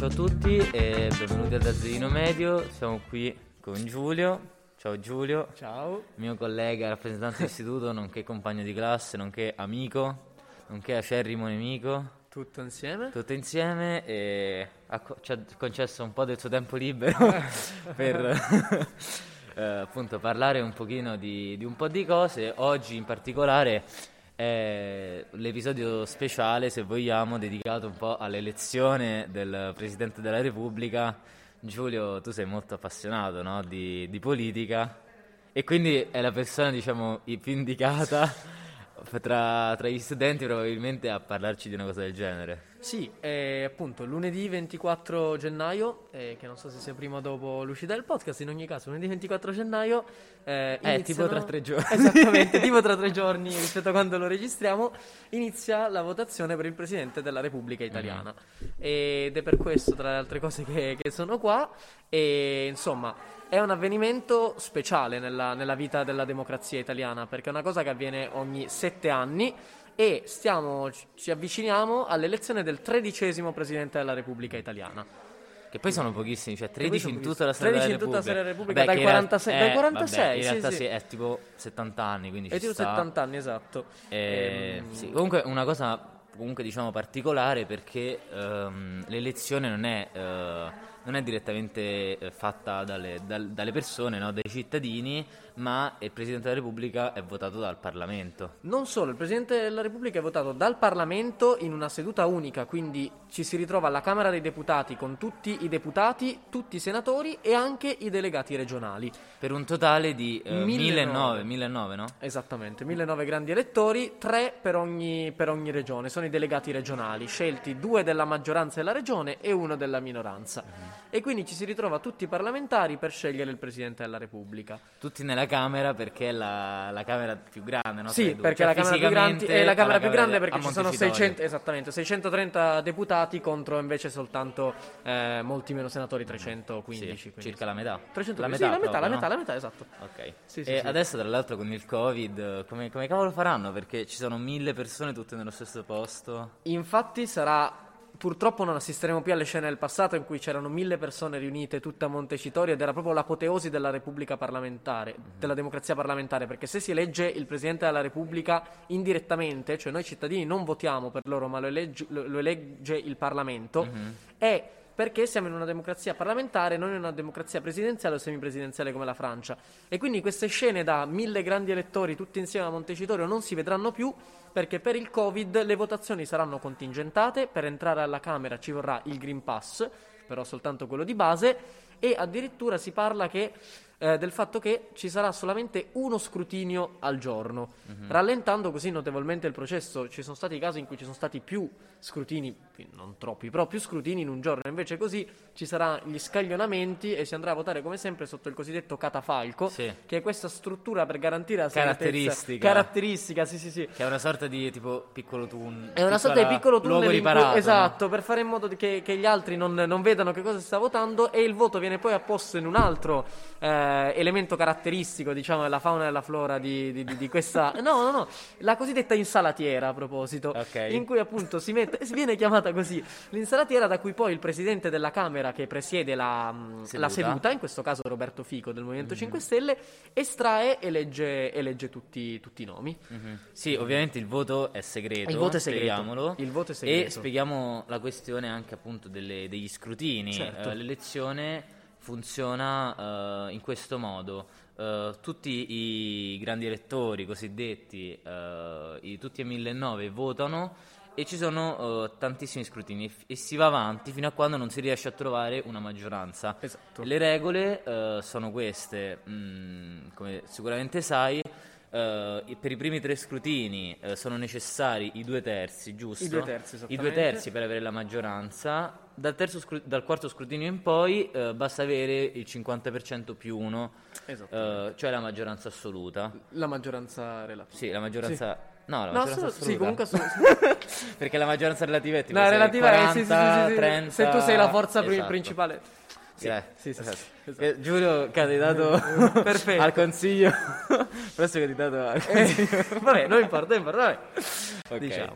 Ciao a tutti e benvenuti ad Azzurino Medio. Siamo qui con Giulio. Ciao Giulio. Ciao. Mio collega, rappresentante d'istituto, nonché compagno di classe, nonché amico, nonché acerrimo nemico. Tutto insieme? Tutto insieme e ci ha concesso un po' del suo tempo libero per appunto parlare un pochino di un po' di cose. Oggi in particolare è l'episodio speciale, se vogliamo, dedicato un po' all'elezione del Presidente della Repubblica. Giulio, tu sei molto appassionato, no? di politica e quindi è la persona, diciamo, più indicata tra gli studenti probabilmente a parlarci di una cosa del genere. Sì, appunto lunedì 24 gennaio, che non so se sia prima o dopo l'uscita del podcast, in ogni caso lunedì 24 gennaio tipo tra 3 giorni. Esattamente, tipo tra 3 giorni rispetto a quando lo registriamo, inizia la votazione per il Presidente della Repubblica Italiana. Ed è per questo, tra le altre cose, che sono qua. E insomma, è un avvenimento speciale nella vita della democrazia italiana, perché è una cosa che avviene ogni 7 anni. E ci avviciniamo all'elezione del 13° Presidente della Repubblica Italiana. Che poi sono pochissimi, cioè 13 in tutta la storia 13 della in tutta la storia Repubblica. della Repubblica, dai 46, in realtà sì. sì, è tipo 70 anni, quindi È ci tipo sta. 70 anni, esatto. Sì, comunque una cosa diciamo particolare, perché l'elezione non è direttamente fatta dalle persone, no? Dai cittadini, ma il Presidente della Repubblica è votato dal Parlamento. Non solo, il Presidente della Repubblica è votato dal Parlamento in una seduta unica, quindi ci si ritrova alla Camera dei Deputati con tutti i deputati, tutti i senatori e anche i delegati regionali. Per un totale di 1.900, 1.900, no? Esattamente, 1.900 grandi elettori, 3 per ogni regione, sono i delegati regionali, scelti 2 della maggioranza della regione e 1 della minoranza. E quindi ci si ritrova tutti i parlamentari per scegliere il Presidente della Repubblica. Tutti nella Camera, perché è la Camera più grande, no? Sì, perché cioè, la Camera più grande è la Camera più grande perché a ci sono Montecitorio. 630 deputati contro invece soltanto molti meno senatori, 315. Sì, quindi circa la metà. 300, La sì, metà, la proprio, no? metà, esatto. Ok. Sì, E sì. adesso, tra l'altro, con il Covid, come cavolo faranno? Perché ci sono 1.000 persone tutte nello stesso posto. Infatti purtroppo non assisteremo più alle scene del passato in cui c'erano 1.000 persone riunite tutte a Montecitorio ed era proprio l'apoteosi della Repubblica parlamentare, della democrazia parlamentare, perché se si elegge il Presidente della Repubblica indirettamente, cioè noi cittadini non votiamo per loro ma lo elegge il Parlamento, è perché siamo in una democrazia parlamentare, non in una democrazia presidenziale o semipresidenziale come la Francia. E quindi queste scene da 1.000 grandi elettori tutti insieme a Montecitorio non si vedranno più, perché per il Covid le votazioni saranno contingentate, per entrare alla Camera ci vorrà il Green Pass, però soltanto quello di base, e addirittura si parla del fatto che ci sarà solamente uno scrutinio al giorno, rallentando così notevolmente il processo. Ci sono stati casi in cui ci sono stati più scrutini, non troppi, però più scrutini in un giorno, invece così ci saranno gli scaglionamenti e si andrà a votare come sempre sotto il cosiddetto catafalco, Sì. che è questa struttura per garantire la Caratteristica, sì. che è una sorta di tipo piccolo tunnel. È una sorta di piccolo tunnel luogo in cui- riparato, esatto, per fare in modo che gli altri non vedano che cosa si sta votando, e il voto viene poi apposto in un altro elemento caratteristico, diciamo, della fauna e della flora di questa no, la cosiddetta insalatiera, a proposito, Ok. in cui appunto viene chiamata così l'insalatiera, da cui poi il presidente della Camera, che presiede la seduta, in questo caso Roberto Fico del Movimento 5 Stelle, estrae e legge tutti i nomi. Sì, ovviamente il voto è segreto. Il voto è segreto. Spieghiamolo. Il voto è segreto. E spieghiamo la questione anche appunto degli scrutini. Certo. L'elezione funziona in questo modo. Tutti i grandi elettori cosiddetti, tutti e 1.900 votano, e ci sono tantissimi scrutini e si va avanti fino a quando non si riesce a trovare una maggioranza. Esatto. Le regole sono queste, come sicuramente sai. Per i primi 3 scrutini sono necessari i 2/3, giusto? I 2/3, I esattamente. 2/3 per avere la maggioranza. Dal quarto scrutinio in poi basta avere il 50% più 1, Esatto. cioè la maggioranza assoluta. La maggioranza relativa. Sì, la maggioranza... No, la No, maggioranza assoluta. sì, comunque Perché la maggioranza relativa è tipo no, relativa 40, sì. 30... Se tu sei la forza esatto. principale. Sì, Esatto. esatto. Giuro, candidato Perfetto. al consiglio. Presto candidato al consiglio. Vabbè, non importa, vabbè. Ok. Diciamo.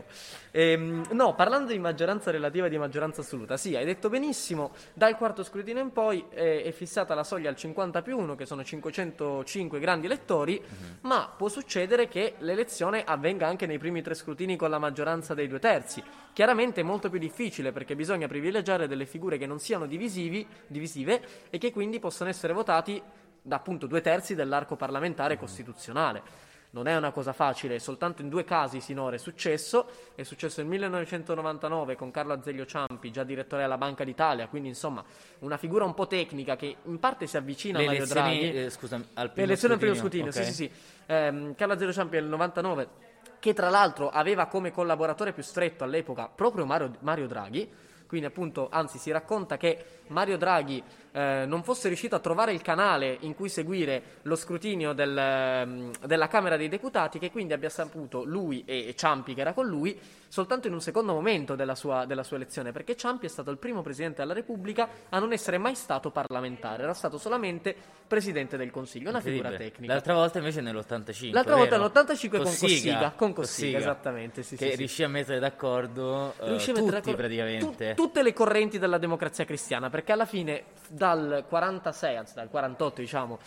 No, parlando di maggioranza relativa e di maggioranza assoluta, sì, hai detto benissimo, dal quarto scrutinio in poi è fissata la soglia al 50+1, che sono 505 grandi elettori, ma può succedere che l'elezione avvenga anche nei primi 3 scrutini con la maggioranza dei 2/3. Chiaramente è molto più difficile perché bisogna privilegiare delle figure che non siano divisive e che quindi possono essere votati da appunto 2/3 dell'arco parlamentare costituzionale. Non è una cosa facile, soltanto in 2 casi sinora è successo nel 1999 con Carlo Azeglio Ciampi, già direttore della Banca d'Italia, quindi insomma una figura un po' tecnica che in parte si avvicina a Mario Draghi. Scusami, al Le primo elezioni al primo scrutinio, scrutinio, ok. sì. Carlo Azeglio Ciampi nel 99, che tra l'altro aveva come collaboratore più stretto all'epoca proprio Mario Draghi, quindi appunto, anzi si racconta che Mario Draghi non fosse riuscito a trovare il canale in cui seguire lo scrutinio della Camera dei Deputati, che quindi abbia saputo lui e Ciampi che era con lui soltanto in un secondo momento della sua elezione, perché Ciampi è stato il primo presidente della Repubblica a non essere mai stato parlamentare, era stato solamente presidente del Consiglio, una figura Incredibile. tecnica. L'altra volta invece nell'85. L'altra volta vero? nell'85 con Cossiga, esattamente, sì, che sì. riuscì a mettere d'accordo Riuscì a tutti mettere d'accordo praticamente. tutte le correnti della democrazia cristiana, perché alla fine dal 46, anzi dal 48 diciamo,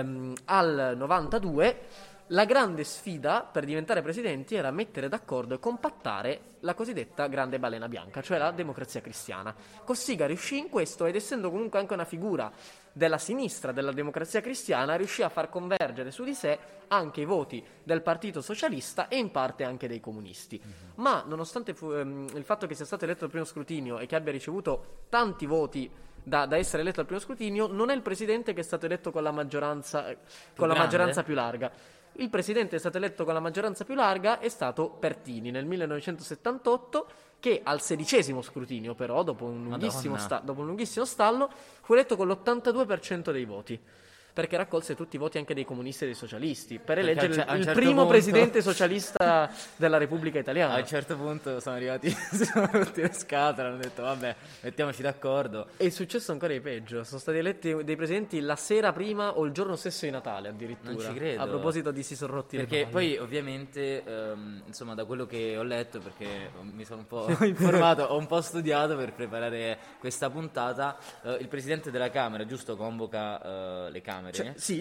al 92 la grande sfida per diventare presidenti era mettere d'accordo e compattare la cosiddetta grande balena bianca, cioè la democrazia cristiana. Cossiga riuscì in questo ed essendo comunque anche una figura della sinistra della democrazia cristiana riuscì a far convergere su di sé anche i voti del Partito Socialista e in parte anche dei comunisti. Ma nonostante il fatto che sia stato eletto al primo scrutinio e che abbia ricevuto tanti voti da essere eletto al primo scrutinio, non è il presidente che è stato eletto con la maggioranza più larga. Il presidente è stato eletto con la maggioranza più larga è stato Pertini nel 1978, che al 16° scrutinio però, dopo un lunghissimo stallo, fu eletto con l'82% dei voti, perché raccolse tutti i voti anche dei comunisti e dei socialisti, per Perché eleggere a un il certo primo punto- presidente socialista della Repubblica Italiana. A un certo punto sono arrivati, si sono rotti le scatole, hanno detto vabbè, mettiamoci d'accordo. E è successo ancora di peggio, sono stati eletti dei presidenti la sera prima o il giorno stesso di Natale addirittura. Non ci credo. A proposito di si sono rotti le Perché palle. poi ovviamente, insomma, da quello che ho letto, perché mi sono un po' informato, ho un po' studiato per preparare questa puntata, il presidente della Camera, giusto, convoca le Camere? Cioè, sì.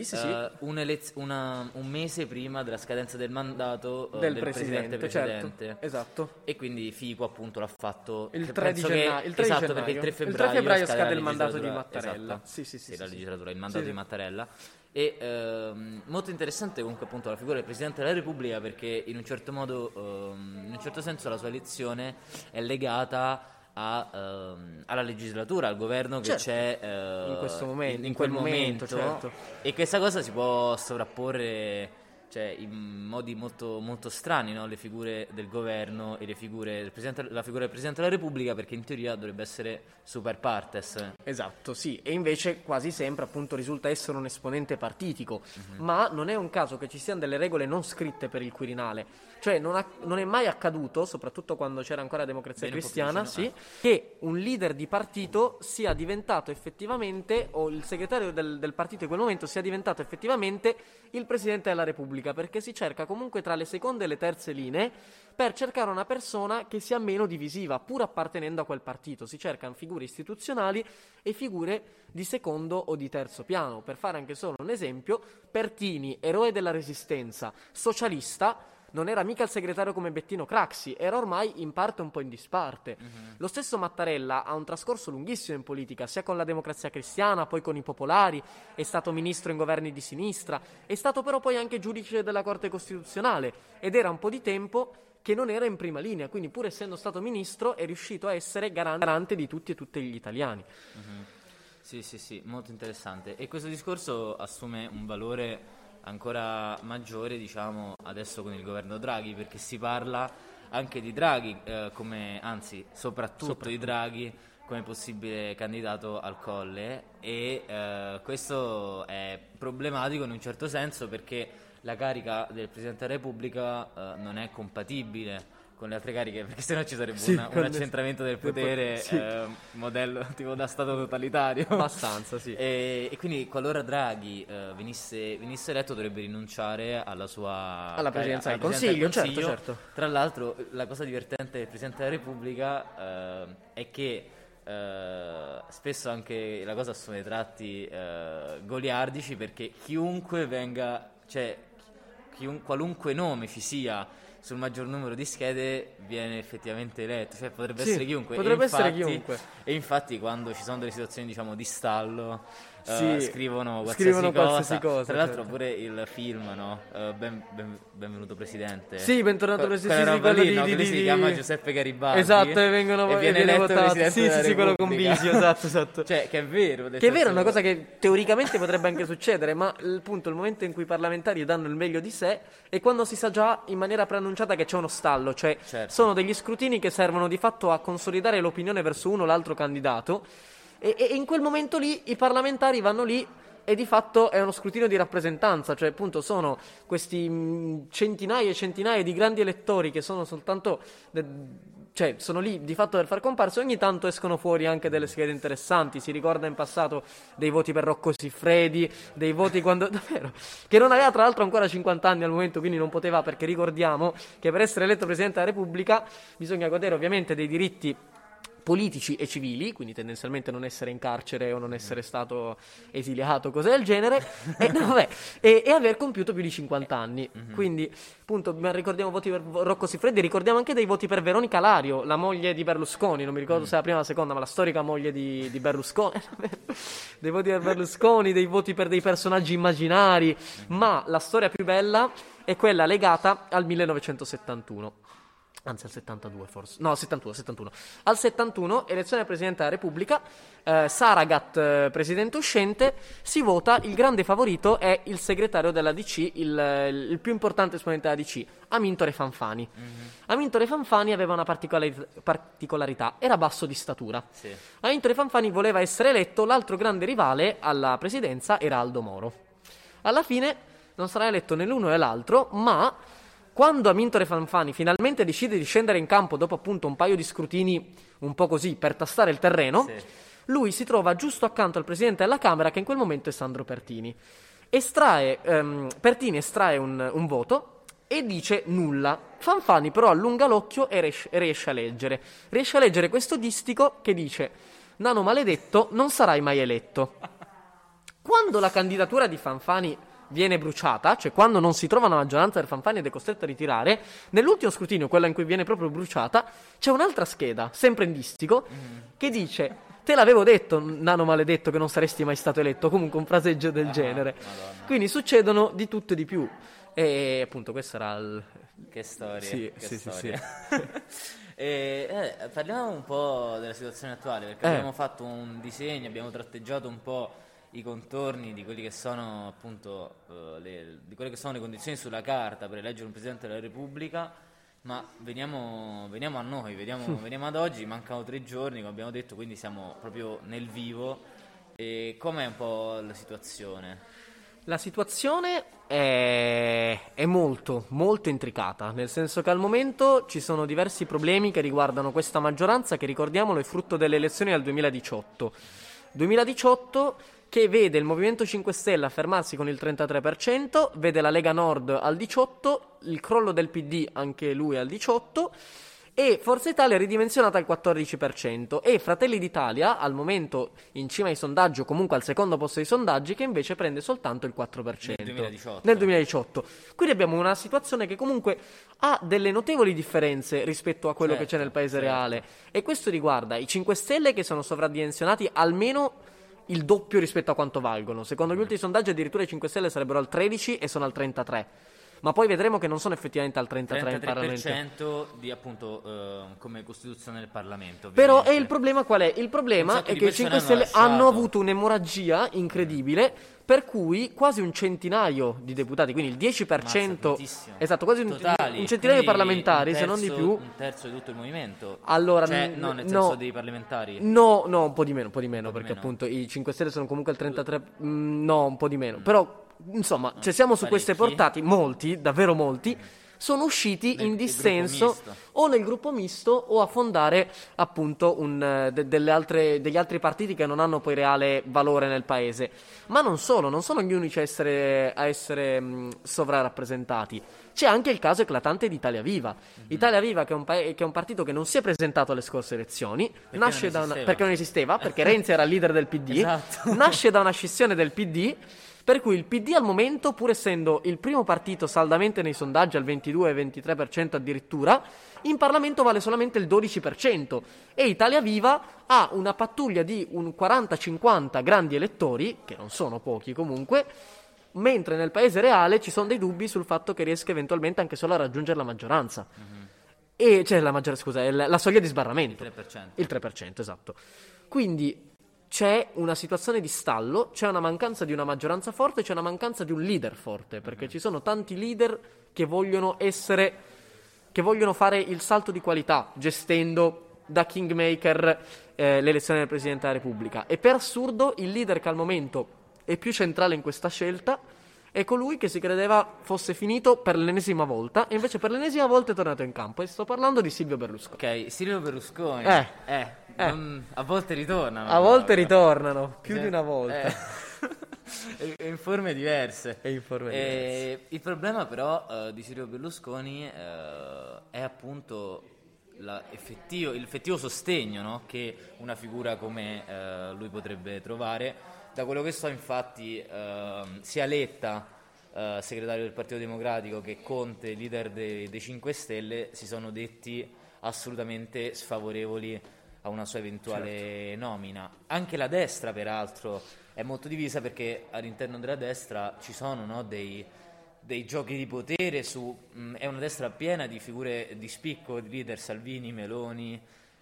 Un mese prima della scadenza del mandato del presidente precedente. certo, esatto. E quindi Fico appunto l'ha fatto Il che 3 di penso che- gennaio, il 3 di esatto, gennaio. perché il 3 Il 3 febbraio, febbraio scade scade la il mandato di legislatura- Mattarella. esatto. Sì, La sì. legislatura, il mandato Sì. di Mattarella. E molto interessante comunque appunto la figura del Presidente della Repubblica, perché in un certo modo, in un certo senso la sua elezione è legata alla legislatura, al governo che Certo. c'è In questo momento, in in quel quel momento, momento, certo. e questa cosa si può sovrapporre, cioè, in modi molto, molto strani, no? Le figure del governo e la figura del Presidente della Repubblica, perché in teoria dovrebbe essere super partes. Esatto, sì, e invece quasi sempre appunto risulta essere un esponente partitico, ma non è un caso che ci siano delle regole non scritte per il Quirinale, cioè non è mai accaduto, soprattutto quando c'era ancora la democrazia Vieni un po' cristiana, più vicino, che un leader di partito sia diventato effettivamente, o il segretario del partito in quel momento sia diventato effettivamente il Presidente della Repubblica, perché si cerca comunque tra le seconde e le terze linee per cercare una persona che sia meno divisiva, pur appartenendo a quel partito. Si cercano figure istituzionali e figure di secondo o di terzo piano. Per fare anche solo un esempio, Pertini, eroe della Resistenza, socialista, non era mica il segretario come Bettino Craxi, era ormai in parte un po' in disparte. Lo stesso Mattarella ha un trascorso lunghissimo in politica, sia con la Democrazia Cristiana, poi con i Popolari, è stato ministro in governi di sinistra, è stato però poi anche giudice della Corte Costituzionale ed era un po' di tempo che non era in prima linea, quindi pur essendo stato ministro è riuscito a essere garante di tutti e tutti gli italiani. Sì, molto interessante. E questo discorso assume un valore ancora maggiore, diciamo, adesso con il governo Draghi, perché si parla anche di Draghi, soprattutto di Draghi come possibile candidato al Colle, e questo è problematico in un certo senso, perché la carica del Presidente della Repubblica non è compatibile con le altre cariche, perché sennò ci sarebbe Sì, un accentramento del potere, sì. Modello tipo da stato totalitario. Abbastanza, sì. E quindi qualora Draghi venisse eletto, dovrebbe rinunciare Alla presidenza del Consiglio, certo. Tra l'altro, la cosa divertente del Presidente della Repubblica è che spesso anche la cosa assume tratti goliardici, perché chiunque venga, cioè qualunque nome ci sia sul maggior numero di schede viene effettivamente eletto, cioè potrebbe Sì, essere chiunque. potrebbe essere infatti, chiunque. E infatti quando ci sono delle situazioni, diciamo, di stallo, Sì, scrivono scrivono qualsiasi cosa, Tra l'altro certo. pure il film, no? Benvenuto Presidente. Sì, bentornato Presidente. Quella Sì, roba quello lì, no? di- Che lui di- si chiama Giuseppe Garibaldi. Esatto, e viene eletto votato. Presidente Sì, della sì, quello con Repubblica. Bisio, esatto. Cioè, che è vero. Che è vero, è una cosa che teoricamente potrebbe anche succedere, ma il punto, il momento in cui i parlamentari danno il meglio di sé è quando si sa già in maniera preannunciata che c'è uno stallo, cioè Certo. sono degli scrutini che servono di fatto a consolidare l'opinione verso uno o l'altro candidato e in quel momento lì i parlamentari vanno lì e di fatto è uno scrutinio di rappresentanza, cioè appunto sono questi centinaia e centinaia di grandi elettori che sono soltanto... cioè, sono lì di fatto per far comparsa. Ogni tanto escono fuori anche delle schede interessanti. Si ricorda in passato dei voti per Rocco Siffredi, dei voti quando davvero, che non aveva tra l'altro ancora 50 anni al momento, quindi non poteva, perché ricordiamo che per essere eletto Presidente della Repubblica bisogna godere ovviamente dei diritti politici e civili, quindi tendenzialmente non essere in carcere o non essere stato esiliato, cose del genere, e aver compiuto più di 50 anni. Quindi, appunto, ricordiamo voti per Rocco Siffredi, ricordiamo anche dei voti per Veronica Lario, la moglie di Berlusconi, non mi ricordo se è la prima o la seconda, ma la storica moglie di Berlusconi. Dei voti per Berlusconi, dei voti per dei personaggi immaginari, ma la storia più bella è quella legata al 1971. Anzi, al 72 forse. No, al 71. Al 71, elezione del Presidente della Repubblica, Saragat, presidente uscente, si vota, il grande favorito è il segretario della DC, il più importante esponente della DC, Amintore Fanfani. Amintore Fanfani aveva una particolarità, era basso di statura. Sì. Amintore Fanfani voleva essere eletto, l'altro grande rivale alla presidenza era Aldo Moro. Alla fine non sarà eletto né l'uno né l'altro, ma... quando Amintore Fanfani finalmente decide di scendere in campo dopo appunto un paio di scrutini un po' così per tastare il terreno, Sì. lui si trova giusto accanto al presidente della Camera, che in quel momento è Sandro Pertini. Pertini estrae un voto e dice nulla. Fanfani però allunga l'occhio e riesce a leggere. Riesce a leggere questo distico che dice: "Nano maledetto, non sarai mai eletto". Quando la candidatura di Fanfani viene bruciata, cioè quando non si trova una maggioranza per Fanfani ed è costretto a ritirare, nell'ultimo scrutinio, quella in cui viene proprio bruciata, c'è un'altra scheda, sempre in distico, che dice: "Te l'avevo detto, nano maledetto, che non saresti mai stato eletto", comunque un fraseggio del genere. Madonna. Quindi succedono di tutto e di più. E appunto questo era il... Che storia. Sì, che sì, storia. Parliamo un po' della situazione attuale, perché abbiamo fatto un disegno, abbiamo tratteggiato un po' i contorni di quelli che sono appunto di quelle che sono le condizioni sulla carta per eleggere un Presidente della Repubblica, ma veniamo a noi, veniamo ad oggi, mancano 3 giorni, come abbiamo detto, quindi siamo proprio nel vivo. E com'è un po' la situazione? La situazione è molto, molto intricata, nel senso che al momento ci sono diversi problemi che riguardano questa maggioranza, che ricordiamolo è frutto delle elezioni del 2018. 2018 che vede il Movimento 5 Stelle affermarsi con il 33%, vede la Lega Nord al 18%, il crollo del PD anche lui al 18%, e Forza Italia ridimensionata al 14%, e Fratelli d'Italia al momento in cima ai sondaggi, o comunque al secondo posto dei sondaggi, che invece prende soltanto il 4%. Nel 2018. Quindi abbiamo una situazione che comunque ha delle notevoli differenze rispetto a quello che c'è nel paese reale, e questo riguarda i 5 Stelle, che sono sovradimensionati almeno il doppio rispetto a quanto valgono. Secondo gli ultimi sondaggi addirittura i 5 Stelle sarebbero al 13 e sono al 33%. Ma poi vedremo che non sono effettivamente al 33% in Parlamento. 33% di appunto come costituzione del Parlamento. Però ovviamente. il problema qual è? Il problema è che i 5 Stelle hanno avuto un'emorragia incredibile, per cui quasi un centinaio di deputati, quindi il 10%, tantissimo. esatto, quasi un centinaio di parlamentari, se non di più. Un terzo di tutto il movimento. Allora, cioè, no, nel senso dei parlamentari. No, un po' di meno, perché appunto i 5 Stelle sono comunque al 33%, no, un po' di meno, però insomma, siamo su queste portate, molti, davvero molti, sono usciti in dissenso gruppo misto. o nel gruppo misto o a fondare appunto degli altri partiti che non hanno poi reale valore nel paese. Ma non sono gli unici a essere sovrarappresentati. C'è anche il caso eclatante di Italia Viva. Italia Viva, che è un partito che non si è presentato alle scorse elezioni, perché non esisteva, perché Renzi era il leader del PD, Esatto. nasce da una scissione del PD, per cui il PD al momento, pur essendo il primo partito saldamente nei sondaggi al 22-23% addirittura, in Parlamento vale solamente il 12%, e Italia Viva ha una pattuglia di un 40-50 grandi elettori, che non sono pochi comunque, mentre nel paese reale ci sono dei dubbi sul fatto che riesca eventualmente anche solo a raggiungere la maggioranza. E cioè la soglia di sbarramento. Il 3%. Il 3%, esatto. Quindi c'è una situazione di stallo, c'è una mancanza di una maggioranza forte, c'è una mancanza di un leader forte, perché ci sono tanti leader che vogliono fare il salto di qualità, gestendo da kingmaker l'elezione del Presidente della Repubblica. E per assurdo il leader che al momento è più centrale in questa scelta è colui che si credeva fosse finito per l'ennesima volta, e invece per l'ennesima volta è tornato in campo, e sto parlando di Silvio Berlusconi. Ok, Silvio Berlusconi. A volte ritornano. A volte proprio. ritornano, più di una volta. In forme diverse. E in forme diverse. Il problema però di Silvio Berlusconi è appunto l'effettivo sostegno, no? Che una figura come lui potrebbe trovare. Da quello che so, infatti, sia Letta, segretario del Partito Democratico, che Conte, leader dei 5 Stelle, si sono detti assolutamente sfavorevoli a una sua eventuale nomina. Anche la destra, peraltro, è molto divisa, perché all'interno della destra ci sono, no, dei giochi di potere è una destra piena di figure di spicco, di leader, Salvini, Meloni.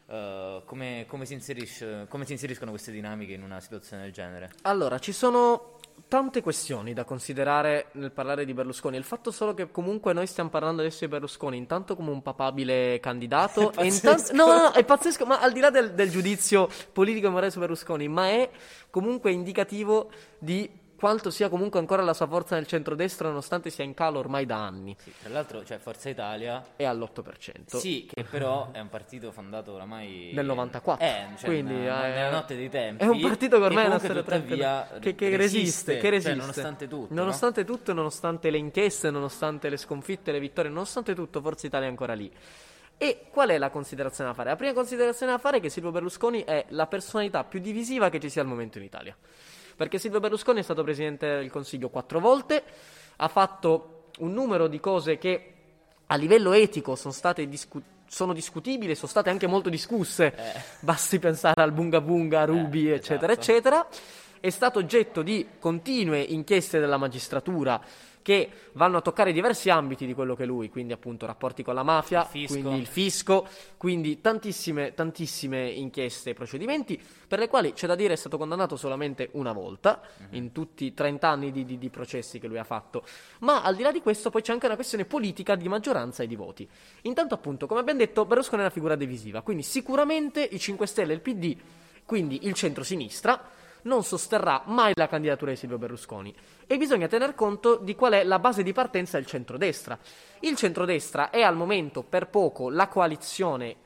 Come si inseriscono queste dinamiche in una situazione del genere? Allora, ci sono tante questioni da considerare nel parlare di Berlusconi. Il fatto solo che comunque noi stiamo parlando adesso di Berlusconi intanto come un papabile candidato, È e pazzesco. no, è pazzesco, ma al di là del giudizio politico e morale su Berlusconi, ma è comunque indicativo di quanto sia comunque ancora la sua forza nel centrodestra, nonostante sia in calo ormai da anni. Sì, tra l'altro, cioè, Forza Italia È all'8%. sì, che però è un partito fondato oramai Nel 94. cioè Quindi nella notte dei tempi. è un partito che ormai è una comunque, storia tuttavia, che resiste, cioè, nonostante tutto, no? Nonostante tutto, nonostante le inchieste, nonostante le sconfitte, le vittorie, nonostante tutto, Forza Italia è ancora lì. E qual è la considerazione da fare? La prima considerazione da fare è che Silvio Berlusconi è la personalità più divisiva che ci sia al momento in Italia. Perché Silvio Berlusconi è stato Presidente del Consiglio 4 volte, ha fatto un numero di cose che a livello etico sono discutibili, sono state anche molto discusse. Basti pensare al Bunga Bunga, Ruby, eccetera, esatto. eccetera. È stato oggetto di continue inchieste della magistratura che vanno a toccare diversi ambiti di quello che è lui, quindi appunto rapporti con la mafia, quindi il fisco, quindi tantissime inchieste e procedimenti, per le quali c'è da dire è stato condannato solamente una volta in tutti i 30 anni di processi che lui ha fatto. Ma al di là di questo poi c'è anche una questione politica di maggioranza e di voti. Intanto appunto, come abbiamo detto, Berlusconi è una figura divisiva, quindi sicuramente i 5 Stelle e il PD, quindi il centro-sinistra, non sosterrà mai la candidatura di Silvio Berlusconi, e bisogna tener conto di qual è la base di partenza del centrodestra. Il centrodestra è al momento per poco la coalizione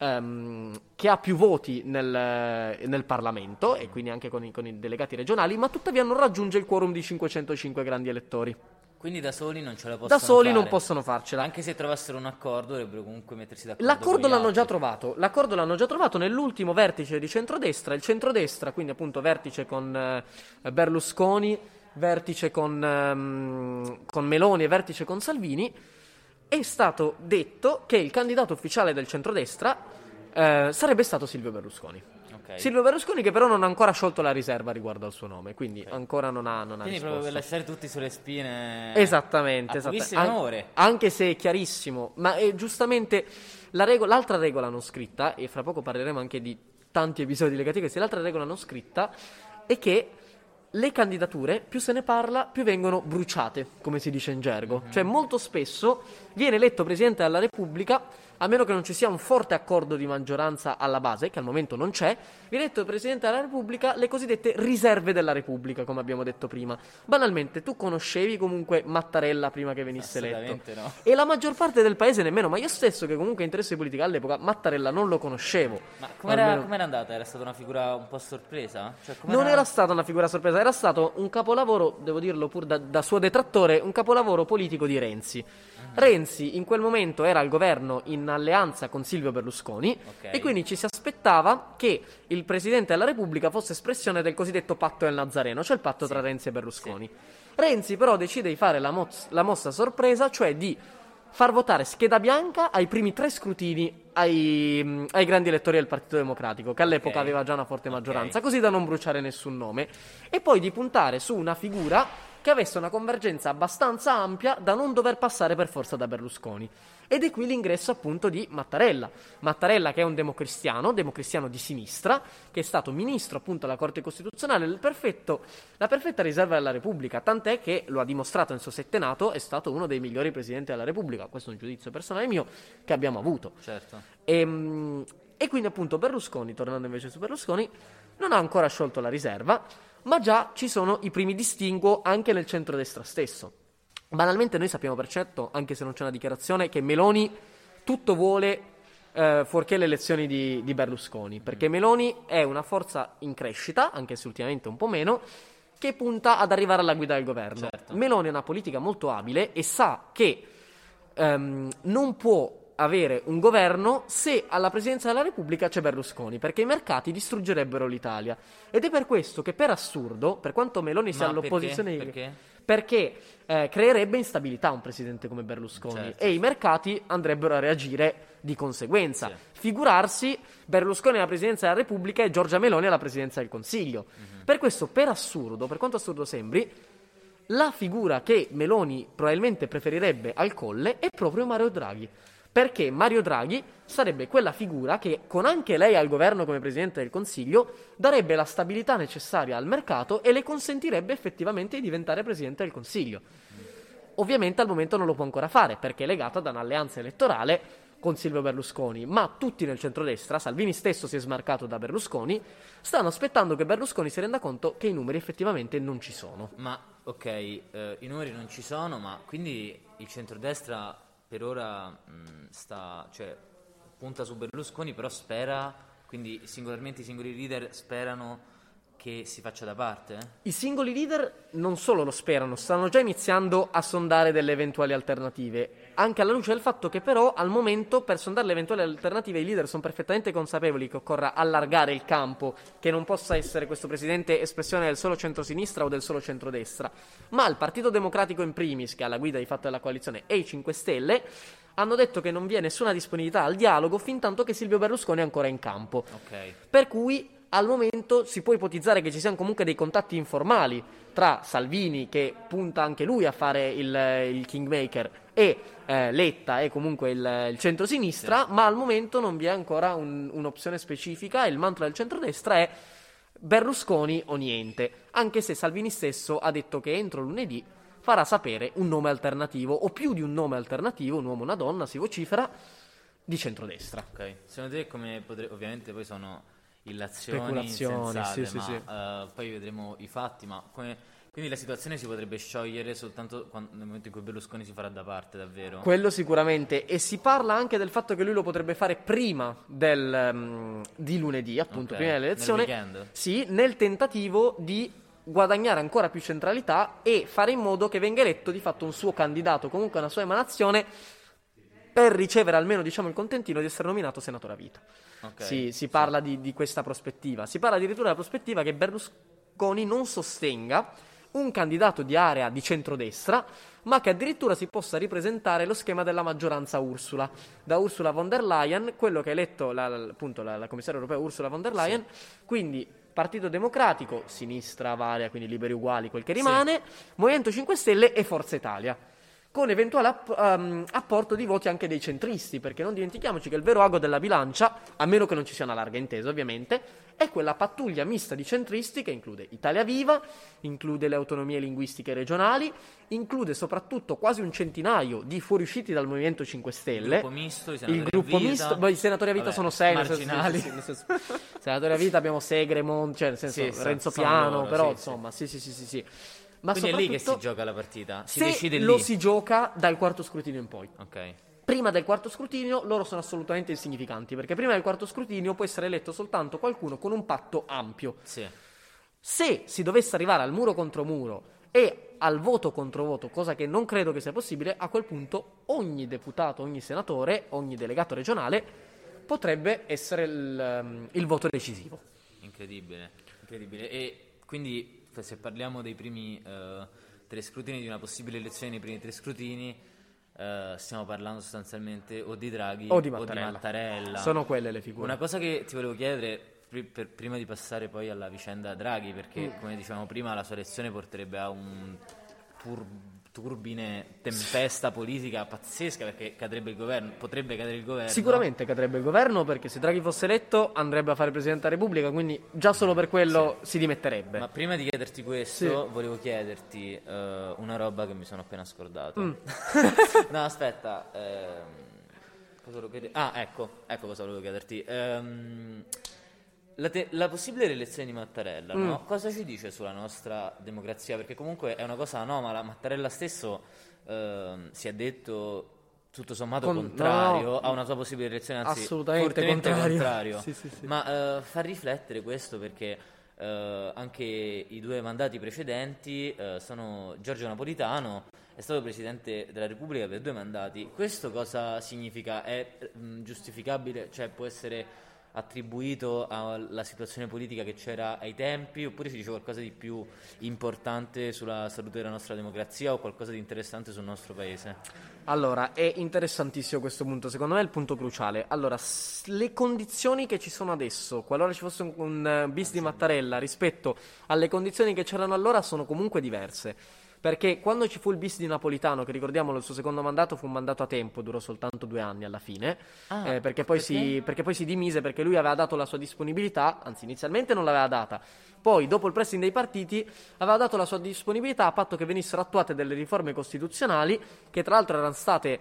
che ha più voti nel Parlamento, e quindi anche con i delegati regionali, ma tuttavia non raggiunge il quorum di 505 grandi elettori. Quindi da soli non ce la possono Da soli fare. non possono farcela. Anche se trovassero un accordo, dovrebbero comunque mettersi d'accordo. L'accordo con gli l'hanno già altri. trovato. L'accordo l'hanno già trovato nell'ultimo vertice di centrodestra. Il centrodestra, quindi appunto vertice con Berlusconi, vertice con Meloni e vertice con Salvini. È stato detto che il candidato ufficiale del centrodestra sarebbe stato Silvio Berlusconi. Ok. Silvio Berlusconi, che però non ha ancora sciolto la riserva riguardo al suo nome, quindi ancora non ha Quindi risposto. proprio per lasciare tutti sulle spine. Esattamente, a pochissime ore. Anche se è chiarissimo, ma è giustamente l'altra regola non scritta, e fra poco parleremo anche di tanti episodi legati a questi, l'altra regola non scritta è che le candidature, più se ne parla, più vengono bruciate, come si dice in gergo. Cioè molto spesso viene eletto Presidente della Repubblica a meno che non ci sia un forte accordo di maggioranza alla base, che al momento non c'è, viene eletto Presidente della Repubblica le cosiddette riserve della Repubblica, come abbiamo detto prima. Banalmente, tu conoscevi comunque Mattarella prima che venisse eletto? Assolutamente no. E la maggior parte del paese nemmeno, ma io stesso che comunque interesse di politica all'epoca, Mattarella non lo conoscevo. Ma com'era Almeno- andata? Era stata una figura un po' sorpresa? Cioè, Non era stata una figura sorpresa, era stato un capolavoro, devo dirlo pur da suo detrattore, un capolavoro politico di Renzi. Renzi in quel momento era al governo in alleanza con Silvio Berlusconi, Ok. e quindi ci si aspettava che il Presidente della Repubblica fosse espressione del cosiddetto patto del Nazareno, cioè il patto tra Renzi e Berlusconi. Renzi però decide di fare la mossa sorpresa, cioè di far votare scheda bianca ai primi 3 scrutini ai grandi elettori del Partito Democratico, che all'epoca Ok. aveva già una forte Ok. maggioranza, così da non bruciare nessun nome, e poi di puntare su una figura che avesse una convergenza abbastanza ampia da non dover passare per forza da Berlusconi. Ed è qui l'ingresso appunto di Mattarella. Mattarella, che è un democristiano di sinistra, che è stato ministro appunto alla Corte Costituzionale, la perfetta riserva della Repubblica, tant'è che lo ha dimostrato nel suo settenato, è stato uno dei migliori presidenti della Repubblica, questo è un giudizio personale mio, che abbiamo avuto. Certo. E quindi appunto Berlusconi, tornando invece su Berlusconi, non ha ancora sciolto la riserva, ma già ci sono i primi distinguo anche nel centrodestra stesso. Banalmente noi sappiamo per certo, anche se non c'è una dichiarazione, che Meloni tutto vuole fuorché le elezioni di Berlusconi, perché Meloni è una forza in crescita, anche se ultimamente un po' meno, che punta ad arrivare alla guida del governo. Certo. Meloni è una politica molto abile e sa che non può avere un governo se alla presidenza della Repubblica c'è Berlusconi, perché i mercati distruggerebbero l'Italia. Ed è per questo che, per assurdo, per quanto Meloni sia Ma all'opposizione, perché? Creerebbe instabilità un presidente come Berlusconi, Certo. e i mercati andrebbero a reagire di conseguenza. Sì. Figurarsi Berlusconi alla presidenza della Repubblica e Giorgia Meloni alla presidenza del Consiglio. Per questo, per assurdo, per quanto assurdo sembri, la figura che Meloni probabilmente preferirebbe al Colle è proprio Mario Draghi, perché Mario Draghi sarebbe quella figura che, con anche lei al governo come Presidente del Consiglio, darebbe la stabilità necessaria al mercato e le consentirebbe effettivamente di diventare Presidente del Consiglio. Ovviamente al momento non lo può ancora fare, perché è legata da un'alleanza elettorale con Silvio Berlusconi, ma tutti nel centrodestra, Salvini stesso si è smarcato da Berlusconi, stanno aspettando che Berlusconi si renda conto che i numeri effettivamente non ci sono. Ma ok, i numeri non ci sono, ma quindi il centrodestra per ora cioè, punta su Berlusconi, però spera, quindi singolarmente i singoli leader sperano che si faccia da parte? I singoli leader non solo lo sperano, stanno già iniziando a sondare delle eventuali alternative, anche alla luce del fatto che però al momento per sondare le eventuali alternative i leader sono perfettamente consapevoli che occorra allargare il campo, che non possa essere questo presidente espressione del solo centrosinistra o del solo centrodestra, ma il Partito Democratico in primis, che ha la guida di fatto della coalizione, e i 5 Stelle hanno detto che non vi è nessuna disponibilità al dialogo fin tanto che Silvio Berlusconi è ancora in campo. Ok. Per cui al momento si può ipotizzare che ci siano comunque dei contatti informali tra Salvini, che punta anche lui a fare il kingmaker, e Letta e comunque il centrosinistra, ma al momento non vi è ancora un'opzione specifica e il mantra del centrodestra è Berlusconi o niente, anche se Salvini stesso ha detto che entro lunedì farà sapere un nome alternativo, o più di un nome alternativo, un uomo o una donna, si vocifera, di centrodestra. Ok. Secondo te come potrebbe... Ovviamente poi sono illazioni Speculazioni, insensate, sì, sì, poi vedremo i fatti, ma quindi la situazione si potrebbe sciogliere soltanto nel momento in cui Berlusconi si farà da parte, davvero? Quello sicuramente, e si parla anche del fatto che lui lo potrebbe fare prima di lunedì, appunto, Ok, prima dell'elezione. nel weekend? Sì, nel tentativo di guadagnare ancora più centralità e fare in modo che venga eletto di fatto un suo candidato, comunque una sua emanazione, per ricevere almeno, diciamo, il contentino di essere nominato senatore a vita. Ok, Si parla di questa prospettiva. Si parla addirittura della prospettiva che Berlusconi non sostenga un candidato di area di centrodestra, ma che addirittura si possa ripresentare lo schema della maggioranza Ursula, da Ursula von der Leyen, quello che ha eletto appunto la commissaria europea Ursula von der Leyen, quindi Partito Democratico, sinistra varia, quindi Liberi Uguali, quel che rimane, Movimento 5 Stelle e Forza Italia. con eventuale apporto di voti anche dei centristi, perché non dimentichiamoci che il vero ago della bilancia, a meno che non ci sia una larga intesa ovviamente, è quella pattuglia mista di centristi che include Italia Viva, include le autonomie linguistiche regionali, include soprattutto quasi un centinaio di fuoriusciti dal Movimento 5 Stelle. Il gruppo misto, i senatori a vita sono sei, marginali. Senatori a vita abbiamo Segre, cioè nel senso Renzo Piano, loro, però insomma sì. Ma quindi è lì che si gioca la partita, si decide lì. Lo si gioca dal quarto scrutinio in poi. Ok. Prima del quarto scrutinio loro sono assolutamente insignificanti, perché prima del quarto scrutinio può essere eletto soltanto qualcuno con un patto ampio. Sì. Se si dovesse arrivare al muro contro muro e al voto contro voto, cosa che non credo che sia possibile, a quel punto ogni deputato, ogni senatore, ogni delegato regionale potrebbe essere il voto decisivo. Incredibile. E quindi se parliamo dei primi 3 scrutini, di una possibile elezione nei primi 3 scrutini, stiamo parlando sostanzialmente o di Draghi o di Mattarella. Sono quelle le figure. Una cosa che ti volevo chiedere prima di passare poi alla vicenda Draghi, perché come dicevamo prima la sua elezione porterebbe a un turbine, tempesta politica pazzesca, perché cadrebbe il governo, potrebbe cadere il governo. Sicuramente cadrebbe il governo, perché se Draghi fosse eletto andrebbe a fare Presidente della Repubblica, quindi già solo per quello si dimetterebbe. Ma prima di chiederti questo, volevo chiederti una roba che mi sono appena scordato. No, aspetta, cosa volevo chiedere? Ecco cosa volevo chiederti. La possibile rielezione di Mattarella, no? Cosa ci dice sulla nostra democrazia? Perché comunque è una cosa anomala. Mattarella stesso si è detto tutto sommato contrario a una sua possibile elezione, anzi assolutamente contrario. Sì. Ma fa riflettere questo, perché anche i 2 mandati precedenti sono Giorgio Napolitano, è stato Presidente della Repubblica per 2 mandati. Questo cosa significa? È giustificabile? Cioè può essere attribuito alla situazione politica che c'era ai tempi, oppure si dice qualcosa di più importante sulla salute della nostra democrazia o qualcosa di interessante sul nostro paese? Allora, è interessantissimo questo punto, secondo me è il punto cruciale. Allora, le condizioni che ci sono adesso, qualora ci fosse un bis di Mattarella rispetto alle condizioni che c'erano allora, sono comunque diverse. Perché quando ci fu il bis di Napolitano, che ricordiamolo il suo secondo mandato fu un mandato a tempo, durò soltanto 2 anni alla fine, perché poi si dimise, perché lui aveva dato la sua disponibilità, anzi inizialmente non l'aveva data, poi dopo il pressing dei partiti aveva dato la sua disponibilità a patto che venissero attuate delle riforme costituzionali, che tra l'altro erano state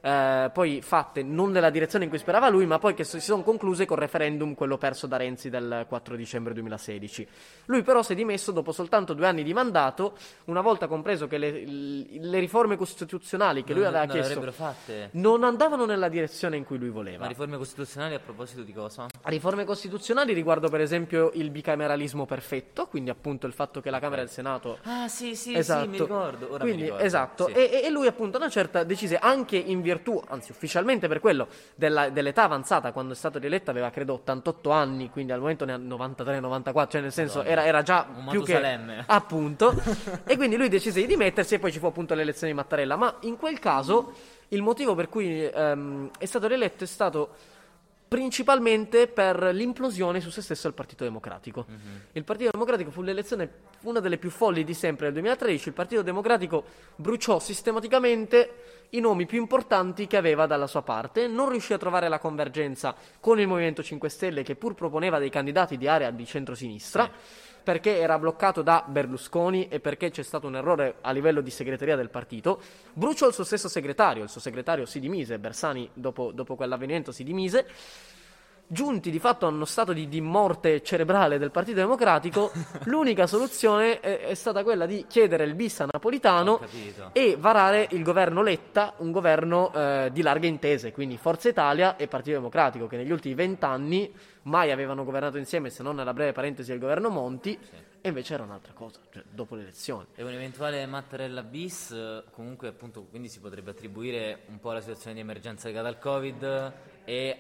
poi fatte non nella direzione in cui sperava lui, ma poi che si sono concluse col referendum, quello perso da Renzi del 4 dicembre 2016. Lui però si è dimesso dopo soltanto 2 anni di mandato, una volta compreso che le riforme costituzionali che lui aveva chiesto non andavano nella direzione in cui lui voleva. Ma riforme costituzionali a proposito di cosa? Riforme costituzionali riguardo per esempio il bicameralismo perfetto, quindi appunto il fatto che la Camera e il Senato... Sì, esatto. Mi ricordo. Ora quindi, mi ricordo. Esatto, sì. E lui appunto una certa decise, anche in virtù, anzi ufficialmente per quello, dell'età avanzata. Quando è stato rieletto aveva credo 88 anni, quindi al momento ne ha 93-94, cioè nel senso era già un più Matusalemme. Che appunto e quindi lui decise di dimettersi, e poi ci fu appunto l'elezione di Mattarella. Ma in quel caso il motivo per cui è stato rieletto è stato principalmente per l'implosione su se stesso del Partito Democratico. Il Partito Democratico fu una delle più folli di sempre nel 2013. Il Partito Democratico bruciò sistematicamente i nomi più importanti che aveva dalla sua parte, non riuscì a trovare la convergenza con il Movimento 5 Stelle, che pur proponeva dei candidati di area di centrosinistra, perché era bloccato da Berlusconi e perché c'è stato un errore a livello di segreteria del partito. Bruciò il suo stesso segretario, il suo segretario si dimise, Bersani dopo quell'avvenimento si dimise. Giunti di fatto a uno stato di morte cerebrale del Partito Democratico, l'unica soluzione è stata quella di chiedere il bis a Napolitano e varare il governo Letta, un governo di larghe intese, quindi Forza Italia e Partito Democratico, che negli ultimi 20 anni mai avevano governato insieme, se non nella breve parentesi del governo Monti, e invece era un'altra cosa, cioè dopo le elezioni. E un eventuale Mattarella bis, comunque appunto, quindi si potrebbe attribuire un po' alla situazione di emergenza legata al Covid e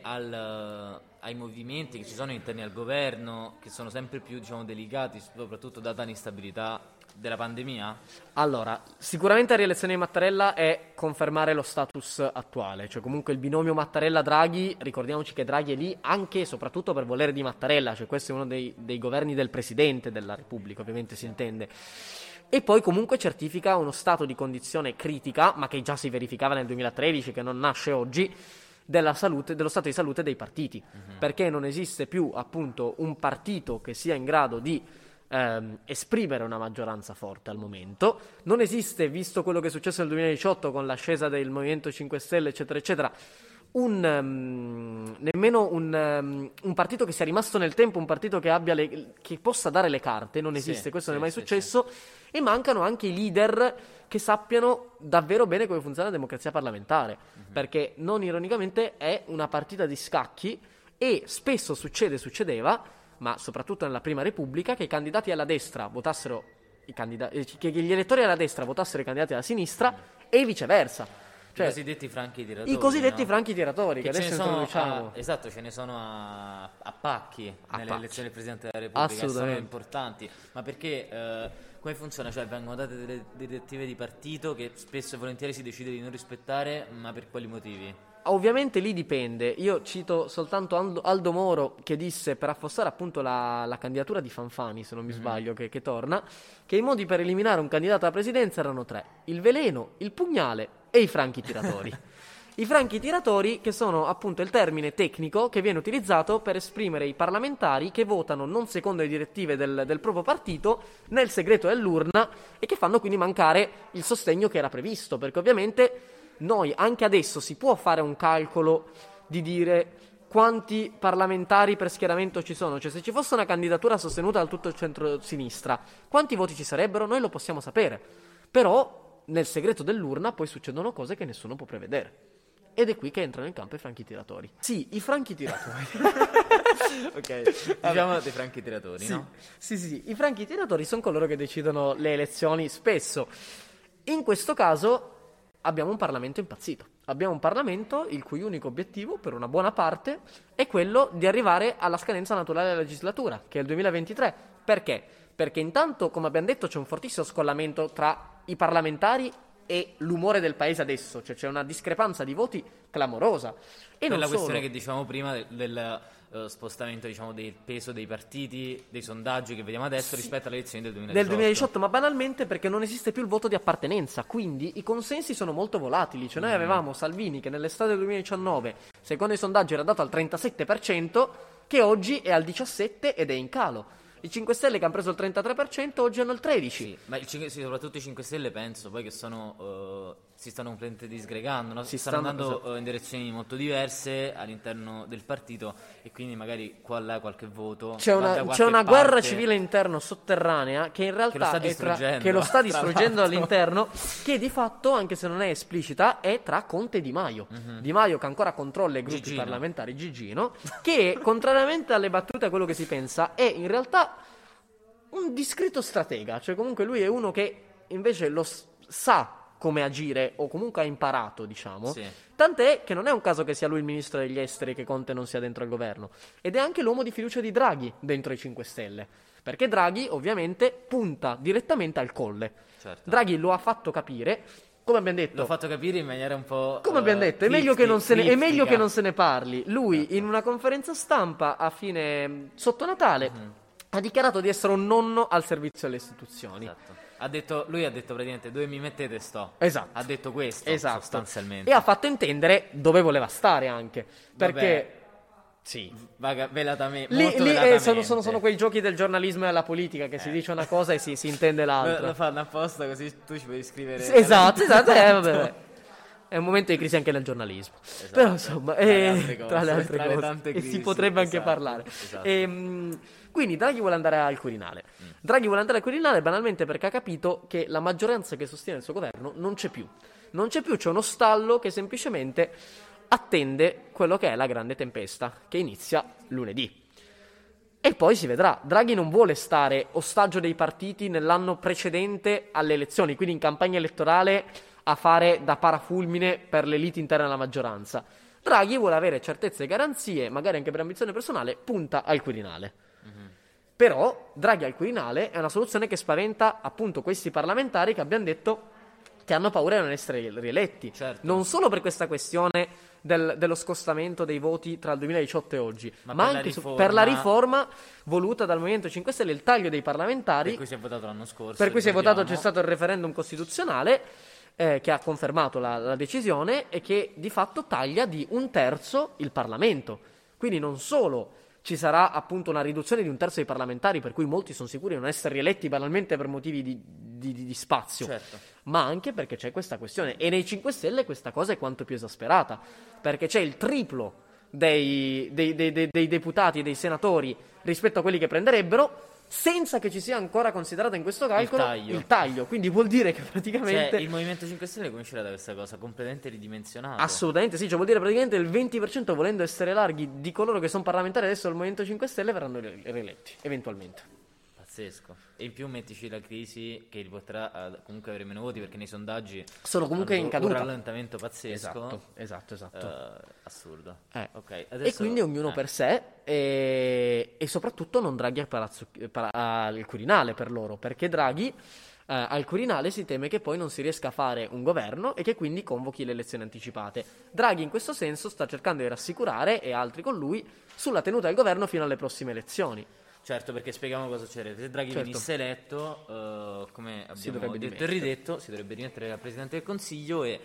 ai movimenti che ci sono interni al governo, che sono sempre più, diciamo, delicati, soprattutto data l'instabilità della pandemia? Allora, sicuramente la rielezione di Mattarella è confermare lo status attuale, cioè comunque il binomio Mattarella-Draghi, ricordiamoci che Draghi è lì anche e soprattutto per volere di Mattarella, cioè questo è uno dei governi del Presidente della Repubblica, ovviamente si intende. e poi comunque certifica uno stato di condizione critica, ma che già si verificava nel 2013, che non nasce oggi, dello stato di salute dei partiti, perché non esiste più appunto un partito che sia in grado di esprimere una maggioranza forte al momento. Non esiste, visto quello che è successo nel 2018 con l'ascesa del Movimento 5 Stelle eccetera eccetera, nemmeno un partito che sia rimasto nel tempo, un partito che abbia che possa dare le carte. Non esiste, questo non è mai successo. E mancano anche i leader che sappiano davvero bene come funziona la democrazia parlamentare, perché non ironicamente è una partita di scacchi, e spesso succedeva, ma soprattutto nella Prima Repubblica, che i candidati alla destra votassero che gli elettori alla destra votassero i candidati alla sinistra e viceversa. Cioè, i cosiddetti franchi tiratori. I cosiddetti no? franchi tiratori, che ce adesso ne sono introduciamo. Esatto, ce ne sono a pacchi nelle pacchi. elezioni del Presidente della Repubblica, che sono Assolutamente. importanti. Ma perché, come funziona? Cioè vengono date delle direttive di partito che spesso e volentieri si decide di non rispettare, ma per quali motivi? Ovviamente lì dipende. Io cito soltanto Aldo Moro, che disse, per affossare appunto la candidatura di Fanfani, se non mi sbaglio, che torna, che i modi per eliminare un candidato alla presidenza erano 3: il veleno, il pugnale e i franchi tiratori. I franchi tiratori, che sono appunto il termine tecnico che viene utilizzato per esprimere i parlamentari che votano non secondo le direttive del proprio partito, nel segreto dell'urna, e che fanno quindi mancare il sostegno che era previsto, perché ovviamente noi anche adesso si può fare un calcolo di dire quanti parlamentari per schieramento ci sono. Cioè, se ci fosse una candidatura sostenuta dal tutto il centro-sinistra, quanti voti ci sarebbero? Noi lo possiamo sapere. Però nel segreto dell'urna poi succedono cose che nessuno può prevedere. Ed è qui che entrano in campo i franchi tiratori. Sì, i franchi tiratori. Ok, diciamo dei franchi tiratori, sì, no? Sì. I franchi tiratori sono coloro che decidono le elezioni spesso. In questo caso abbiamo un Parlamento impazzito. Abbiamo un Parlamento il cui unico obiettivo, per una buona parte, è quello di arrivare alla scadenza naturale della legislatura, che è il 2023. Perché? Perché intanto, come abbiamo detto, c'è un fortissimo scollamento tra i parlamentari e l'umore del paese adesso. Cioè c'è una discrepanza di voti clamorosa. E Per non la solo. questione che dicevamo prima del spostamento, diciamo, del peso dei partiti, dei sondaggi che vediamo adesso rispetto alle elezioni del 2018. Del 2018, ma banalmente perché non esiste più il voto di appartenenza, quindi i consensi sono molto volatili. Cioè noi avevamo Salvini che nell'estate del 2019, secondo i sondaggi, era dato al 37%, che oggi è al 17% ed è in calo. I 5 Stelle che hanno preso il 33%, oggi hanno il 13%. Sì, ma soprattutto i 5 Stelle penso poi che si stanno completamente disgregando, no? Stanno andando in direzioni molto diverse all'interno del partito, e quindi magari qua là qualche voto C'è una guerra civile interna sotterranea che in realtà lo sta distruggendo all'interno, che di fatto, anche se non è esplicita, è tra Conte e Di Maio. Di Maio che ancora controlla i gruppi parlamentari, Gigino, che contrariamente alle battute a quello che si pensa è in realtà un discreto stratega. Cioè comunque lui è uno che invece sa come agire, o comunque ha imparato, diciamo. Sì. Tant'è che non è un caso che sia lui il ministro degli esteri, che Conte non sia dentro al governo, ed è anche l'uomo di fiducia di Draghi dentro i 5 Stelle, perché Draghi ovviamente punta direttamente al Colle. Certo. Draghi lo ha fatto capire, come abbiamo detto. L'ho fatto capire in maniera un po'. Come abbiamo detto, è meglio che non se ne parli. Lui in una conferenza stampa a sotto Natale ha dichiarato di essere un nonno al servizio delle istituzioni. Esatto. Lui ha detto praticamente: dove mi mettete sto. Esatto. Ha detto questo, esatto, sostanzialmente. E ha fatto intendere dove voleva stare anche, perché sì, velatamente, sono quei giochi del giornalismo e della politica che si dice una cosa e si intende l'altra. Lo fanno apposta così tu ci puoi scrivere. Esatto. Vabbè. È un momento di crisi anche nel giornalismo. Esatto. Però insomma, tra le altre le cose, tante crisi, e si potrebbe anche parlare. Esatto. Quindi Draghi vuole andare al Quirinale. Draghi vuole andare al Quirinale banalmente perché ha capito che la maggioranza che sostiene il suo governo non c'è più. C'è uno stallo che semplicemente attende quello che è la grande tempesta, che inizia lunedì. E poi si vedrà. Draghi non vuole stare ostaggio dei partiti nell'anno precedente alle elezioni, quindi in campagna elettorale a fare da parafulmine per le liti interne alla maggioranza. Draghi vuole avere certezze e garanzie, magari anche per ambizione personale, punta al Quirinale. Però Draghi al Quirinale è una soluzione che spaventa appunto questi parlamentari che abbiamo detto che hanno paura di non essere rieletti. Certo. Non solo per questa questione dello scostamento dei voti tra il 2018 e oggi, ma per la anche riforma- per la riforma voluta dal Movimento 5 Stelle, il taglio dei parlamentari, Per cui si è votato l'anno scorso. per cui si è votato, ricordiamo. c'è stato il referendum costituzionale che ha confermato la decisione e che di fatto taglia di 1/3 il Parlamento. Quindi non solo ci sarà appunto una riduzione di 1/3 dei parlamentari, per cui molti sono sicuri di non essere rieletti banalmente per motivi di spazio, Certo. ma anche perché c'è questa questione. E nei 5 Stelle questa cosa è quanto più esasperata, perché c'è il triplo dei deputati e dei senatori rispetto a quelli che prenderebbero, senza che ci sia ancora considerato in questo calcolo il taglio. Quindi vuol dire che praticamente... Cioè, il Movimento 5 Stelle come uscirà da questa cosa? Completamente ridimensionato. Assolutamente sì, cioè vuol dire praticamente il 20%, volendo essere larghi, di coloro che sono parlamentari adesso del Movimento 5 Stelle verranno rieletti, eventualmente. Pazzesco. E in più mettici la crisi che li porterà a comunque avere meno voti, perché nei sondaggi Sono comunque hanno in caduta. un rallentamento pazzesco. Esatto. Assurdo. Ok, E e quindi ognuno per sé e soprattutto non Draghi al Quirinale per loro, perché Draghi al Quirinale si teme che poi non si riesca a fare un governo e che quindi convochi le elezioni anticipate. Draghi in questo senso sta cercando di rassicurare, e altri con lui, sulla tenuta del governo fino alle prossime elezioni. Certo, perché spieghiamo cosa succede. Se Draghi venisse eletto, come abbiamo detto e ridetto, si dovrebbe rimettere al Presidente del Consiglio e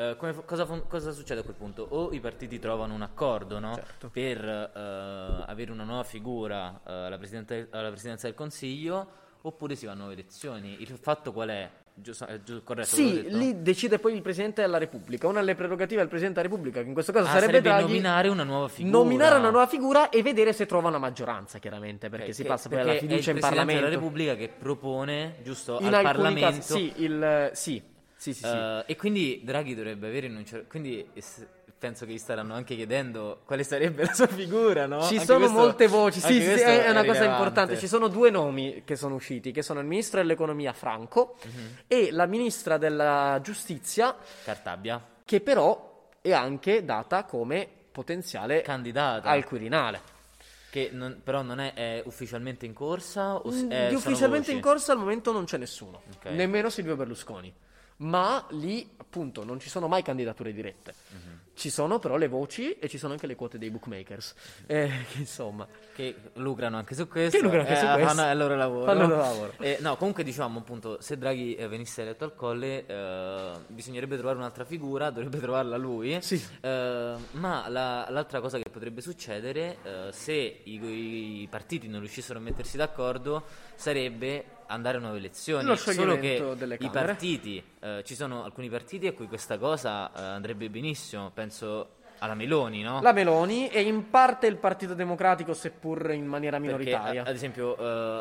cosa succede a quel punto? O i partiti trovano un accordo, no? Certo. Per avere una nuova figura alla Presidenza del Consiglio, oppure si vanno a elezioni. Il fatto qual è? Corretto? Sì, lì decide poi il Presidente della Repubblica. Una delle prerogative del Presidente della Repubblica, che in questo caso sarebbe Draghi, nominare una nuova figura. Nominare una nuova figura e vedere se trova una maggioranza, chiaramente, perché si passa poi alla fiducia in Parlamento. È il Presidente della Repubblica che propone, giusto, in al Parlamento. Casi, sì. E quindi Draghi dovrebbe avere quindi penso che gli staranno anche chiedendo quale sarebbe la sua figura, no? Ci Anche sono questo- molte voci, anche sì, questo è una cosa rilevante. importante. Ci sono 2 nomi che sono usciti, che sono il ministro dell'economia Franco e la ministra della giustizia, Cartabia, che però è anche data come potenziale candidata, al Quirinale. che però non è ufficialmente in corsa? Di ufficialmente in corsa al momento non c'è nessuno, Ok. nemmeno Silvio Berlusconi. Ma lì, appunto, non ci sono mai candidature dirette. Ci sono però le voci e ci sono anche le quote dei bookmakers. Insomma, Che lucrano anche su questo. Che lucrano anche su questo. Fanno il loro lavoro. Fanno il loro lavoro. No, comunque diciamo appunto, se Draghi venisse eletto al Colle, bisognerebbe trovare un'altra figura, dovrebbe trovarla lui. Sì. Ma l'altra cosa che potrebbe succedere, se i partiti non riuscissero a mettersi d'accordo, sarebbe andare a nuove elezioni. Lo Solo scioglimento che delle i Camere. partiti, ci sono alcuni partiti a cui questa cosa andrebbe benissimo. Penso alla Meloni, no? la Meloni e in parte il Partito Democratico, seppur in maniera Perché, minoritaria. ad esempio,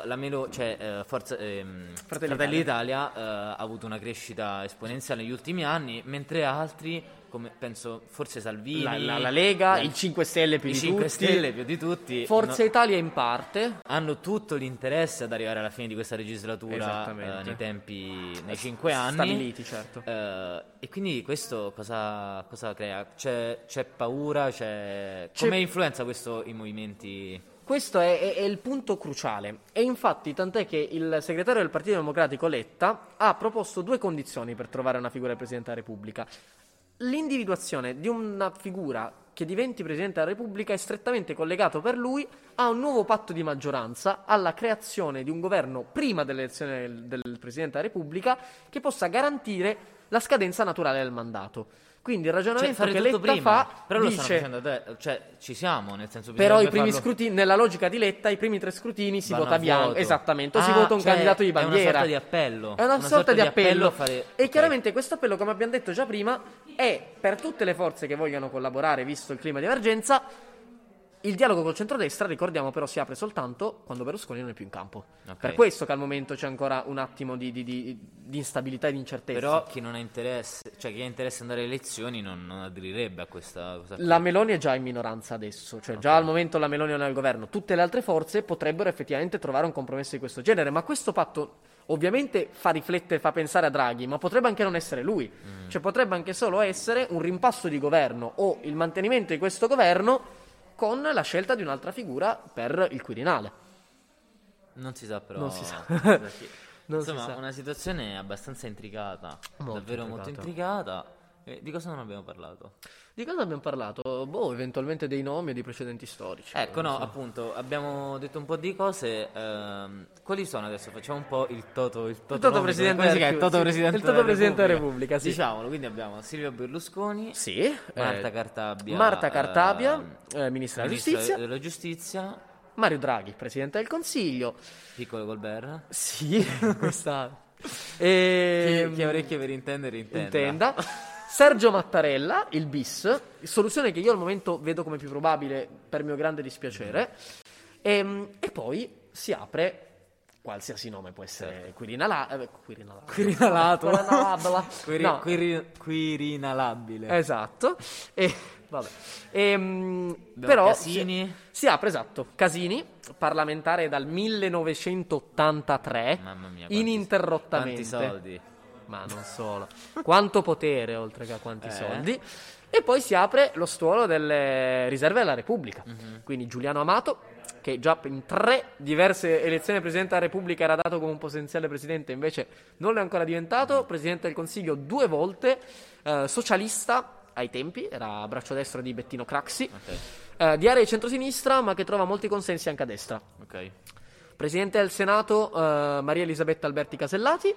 Fratelli d'Italia ha avuto una crescita esponenziale negli ultimi anni, mentre altri, come penso forse Salvini, La Lega, il 5 Stelle più i di 5 tutti, Stelle più di tutti, Forza Italia in parte. hanno tutto l'interesse ad arrivare alla fine di questa legislatura, Esattamente. nei 5 anni Stabiliti, certo. e quindi questo cosa crea? C'è paura, come influenza questo i movimenti? Questo è il punto cruciale e infatti tant'è che il segretario del Partito Democratico Letta ha proposto 2 condizioni per trovare una figura del Presidente della Repubblica. L'individuazione di una figura che diventi Presidente della Repubblica è strettamente collegato per lui a un nuovo patto di maggioranza, alla creazione di un governo prima dell'elezione del Presidente della Repubblica che possa garantire la scadenza naturale del mandato. Quindi il ragionamento fare che tutto Letta prima, fa però lo dice... stanno facendo ci siamo, nel senso Però i bisognerebbe primi farlo- scrutini, nella logica di Letta, i primi 3 scrutini si Vanno vota a bianco, voto. esattamente, o si vota un cioè, candidato di è una bandiera. sorta di appello. È una sorta di appello. fare- E ok. chiaramente questo appello, come abbiamo detto già prima, è per tutte le forze che vogliono collaborare, visto il clima di emergenza. Il dialogo col centrodestra, ricordiamo, però si apre soltanto quando Berlusconi non è più in campo. Ok. Per questo che al momento c'è ancora un attimo di instabilità e di incertezza. Però chi non ha interesse, cioè chi ha interesse ad andare alle elezioni non aderirebbe a questa cosa qui. La Meloni è già in minoranza adesso, cioè già al momento la Meloni non è al governo. Tutte le altre forze potrebbero effettivamente trovare un compromesso di questo genere, ma questo patto ovviamente fa riflettere, fa pensare a Draghi, ma potrebbe anche non essere lui. Cioè potrebbe anche solo essere un rimpasso di governo o il mantenimento di questo governo con la scelta di un'altra figura per il Quirinale. Non si sa però. Non si sa. Non si Insomma, sa. una situazione abbastanza intricata, Molto davvero molto intricata. Di cosa non abbiamo parlato? Di cosa abbiamo parlato? Boh, eventualmente dei nomi e dei precedenti storici. Ecco, non no, so. appunto, abbiamo detto un po' di cose. Quali sono adesso? Facciamo un po' il Toto Toto Presidente come si della chiama? Il Toto Repubblica. Presidente Il Toto Presidente della Repubblica, sì. Diciamolo, quindi abbiamo Silvio Berlusconi, Sì, Marta Cartabia, Ministra della Ministro Giustizia, della Giustizia, Mario Draghi, Presidente del Consiglio. piccolo Colbert. Sì, questa... Chi ha orecchie per intendere, intenda. Sergio Mattarella, il bis, soluzione che io al momento vedo come più probabile per mio grande dispiacere. E poi si apre, qualsiasi nome può essere Quirinalato. No. Quirinalabile. Esatto. E, vabbè. Però Casini. Si apre, esatto, Casini, parlamentare dal 1983, Mamma mia, ininterrottamente. quanti soldi. Ma non solo. Quanto potere, oltre che a quanti soldi. E poi si apre lo stuolo delle riserve della Repubblica. Quindi Giuliano Amato, che già in 3 diverse elezioni del Presidente della Repubblica era dato come un potenziale presidente, invece non lo è ancora diventato. Presidente del Consiglio 2 volte, socialista ai tempi, era braccio destro di Bettino Craxi, di area di centrosinistra, ma che trova molti consensi anche a destra. Presidente del Senato Maria Elisabetta Alberti Casellati.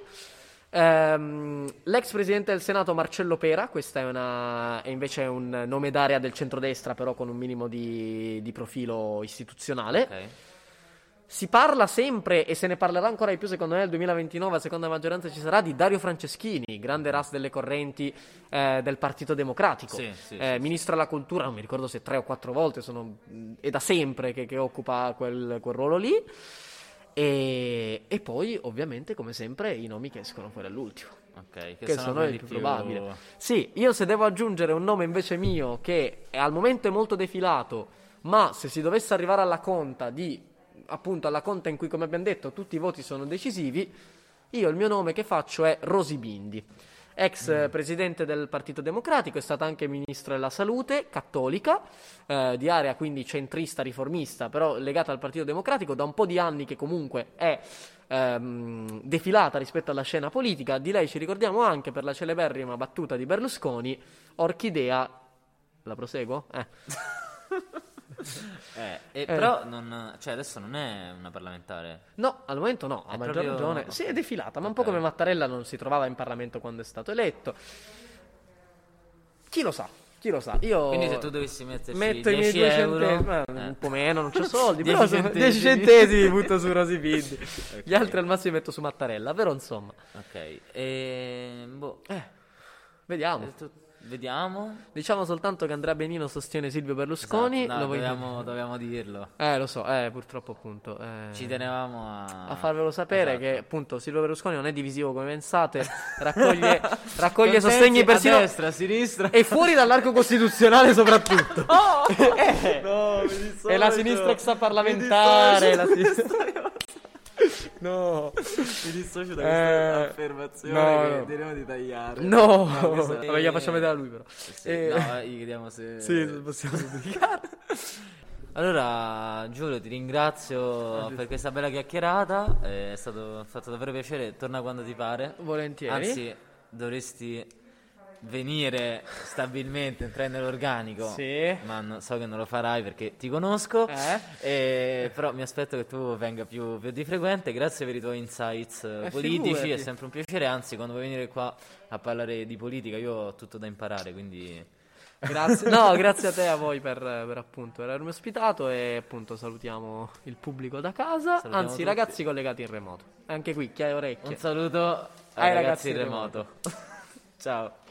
L'ex presidente del Senato Marcello Pera, questa è invece un nome d'area del centrodestra, però con un minimo di profilo istituzionale. Si parla sempre, e se ne parlerà ancora di più secondo me nel 2029, a seconda maggioranza ci sarà, di Dario Franceschini, grande ras delle correnti del Partito Democratico. Ministro della Cultura, non mi ricordo se 3 o 4 volte, è da sempre che occupa quel ruolo lì. E poi ovviamente come sempre i nomi che escono fuori all'ultimo, che sono i più probabili. Sì, io se devo aggiungere un nome invece mio che al momento è molto defilato, ma se si dovesse arrivare alla conta alla conta in cui, come abbiamo detto, tutti i voti sono decisivi, io il mio nome che faccio è Rosy Bindi, ex presidente del Partito Democratico, è stata anche ministro della Salute, cattolica, di area quindi centrista, riformista, però legata al Partito Democratico, da un po' di anni che comunque è defilata rispetto alla scena politica. Di lei ci ricordiamo anche per la celeberrima battuta di Berlusconi, Orchidea... La proseguo? Però adesso non è una parlamentare. No, al momento no, a maggior ragione. Sì, è defilata, ma un po' come Mattarella non si trovava in Parlamento quando è stato eletto. Chi lo sa? Io Quindi se tu dovessi metterci metto 10 i miei 2 euro, centesimi, un po' meno, non c'ho soldi, 10 però centesimi. 10 centesimi butto su Rosy Bindi. Gli altri al massimo metto su Mattarella, però insomma. Vediamo. Vediamo. Diciamo soltanto che Andrea Benino sostiene Silvio Berlusconi. Esatto, dobbiamo dirlo. Lo so, purtroppo appunto. Ci tenevamo a farvelo sapere, esatto, che appunto Silvio Berlusconi non è divisivo come pensate, raccoglie sostegni persino a destra, a sinistra e fuori dall'arco costituzionale soprattutto. No, mi dissocio. È la sinistra extraparlamentare, la sinistra... No, mi dissocio da questa affermazione che diremo di tagliare. No, vabbè, gliela facciamo vedere a lui però. Gli chiediamo se possiamo pubblicare. Allora, Giulio, ti ringrazio per questa bella chiacchierata. È fatto davvero piacere. Torna quando ti pare. Volentieri. Anzi, dovresti venire stabilmente, entrare nell'organico. Sì. Ma so che non lo farai perché ti conosco. Però mi aspetto che tu venga più di frequente. Grazie per i tuoi insights politici. Figurati. È sempre un piacere. Anzi, quando vuoi venire qua a parlare di politica, io ho tutto da imparare. Quindi. Grazie. No, grazie a te e a voi per appunto avermi ospitato, e appunto salutiamo il pubblico da casa, Salutiamo anzi i tutti. ragazzi collegati in remoto. Anche qui chi ha orecchie. Un saluto ai ragazzi in remoto. Ciao.